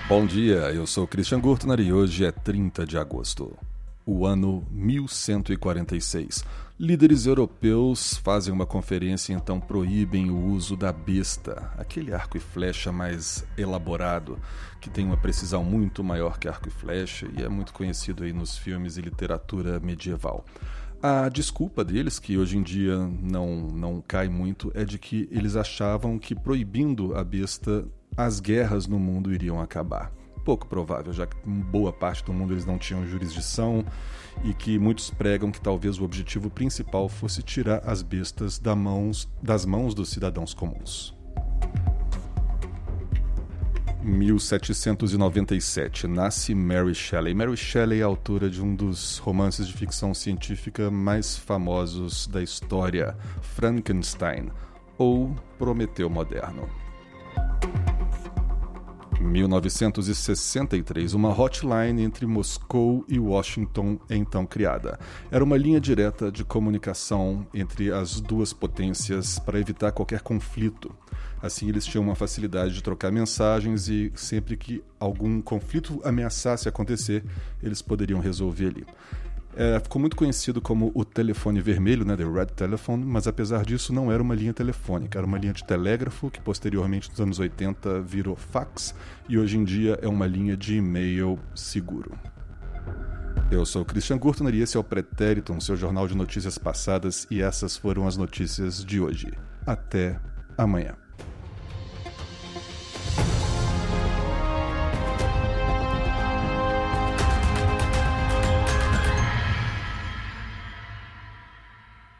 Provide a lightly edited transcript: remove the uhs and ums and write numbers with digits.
Bom dia, eu sou Christian Gurtner e hoje é 30 de agosto. O ano 1146. Líderes europeus fazem uma conferência e então proíbem o uso da besta, aquele arco e flecha mais elaborado, que tem uma precisão muito maior que arco e flecha e é muito conhecido aí nos filmes e literatura medieval. A desculpa deles, que hoje em dia não cai muito, é de que eles achavam que proibindo a besta, as guerras no mundo iriam acabar. Pouco provável, já que em boa parte do mundo eles não tinham jurisdição e que muitos pregam que talvez o objetivo principal fosse tirar as bestas das mãos dos cidadãos comuns. 1797, nasce Mary Shelley. Mary Shelley é autora de um dos romances de ficção científica mais famosos da história, Frankenstein, ou Prometeu Moderno. 1963, uma hotline entre Moscou e Washington é então criada. Era uma linha direta de comunicação entre as duas potências para evitar qualquer conflito. Assim, eles tinham uma facilidade de trocar mensagens e sempre que algum conflito ameaçasse acontecer, eles poderiam resolver ali. Ficou muito conhecido como o telefone vermelho, né, The Red Telephone, mas apesar disso não era uma linha telefônica, era uma linha de telégrafo que posteriormente nos anos 80 virou fax e hoje em dia é uma linha de e-mail seguro. Eu sou o Christian Gurtner e esse é o Pretérito, seu jornal de notícias passadas, e essas foram as notícias de hoje. Até amanhã.